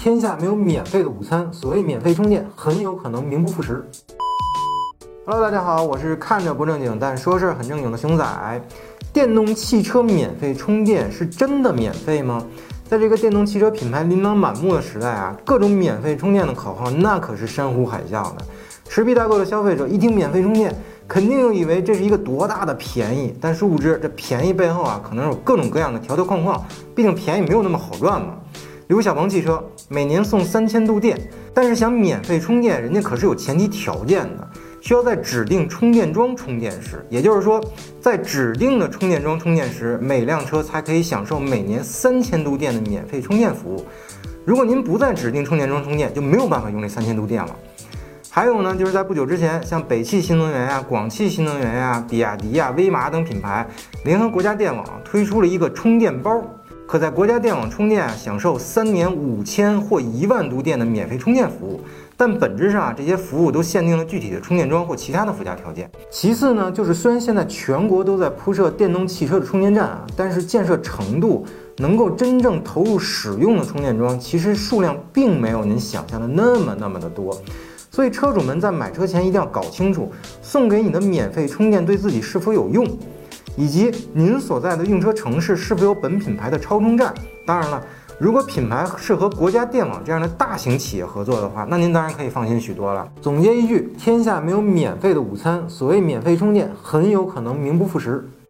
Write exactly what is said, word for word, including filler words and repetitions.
天下没有免费的午餐，所谓免费充电，很有可能名不副实。Hello， 大家好，我是看着不正经但说事很正经的熊仔。电动汽车免费充电是真的免费吗？在这个电动汽车品牌琳琅满目的时代啊，各种免费充电的口号那可是山呼海啸的。持币代购的消费者一听免费充电，肯定又以为这是一个多大的便宜，但殊不知这便宜背后啊，可能有各种各样的条条框框，毕竟便宜没有那么好赚嘛。刘小鹏汽车每年送三千度电，但是想免费充电，人家可是有前提条件的，需要在指定充电桩充电时，也就是说，在指定的充电桩充电时，每辆车才可以享受每年三千度电的免费充电服务。如果您不在指定充电桩充电，就没有办法用这三千度电了。还有呢，就是在不久之前，像北汽新能源呀、广汽新能源呀、比亚迪呀、威马等品牌联合国家电网推出了一个充电包，可在国家电网充电啊，享受三年五千或一万度电的免费充电服务。但本质上啊，这些服务都限定了具体的充电桩或其他的附加条件。其次呢，就是虽然现在全国都在铺设电动汽车的充电站啊，但是建设程度能够真正投入使用的充电桩，其实数量并没有您想象的那么那么的多。所以车主们在买车前一定要搞清楚，送给你的免费充电对自己是否有用，以及您所在的用车城市是否有本品牌的超充站。当然了，如果品牌是和国家电网这样的大型企业合作的话，那您当然可以放心许多了。总结一句，天下没有免费的午餐，所谓免费充电，很有可能名不副实。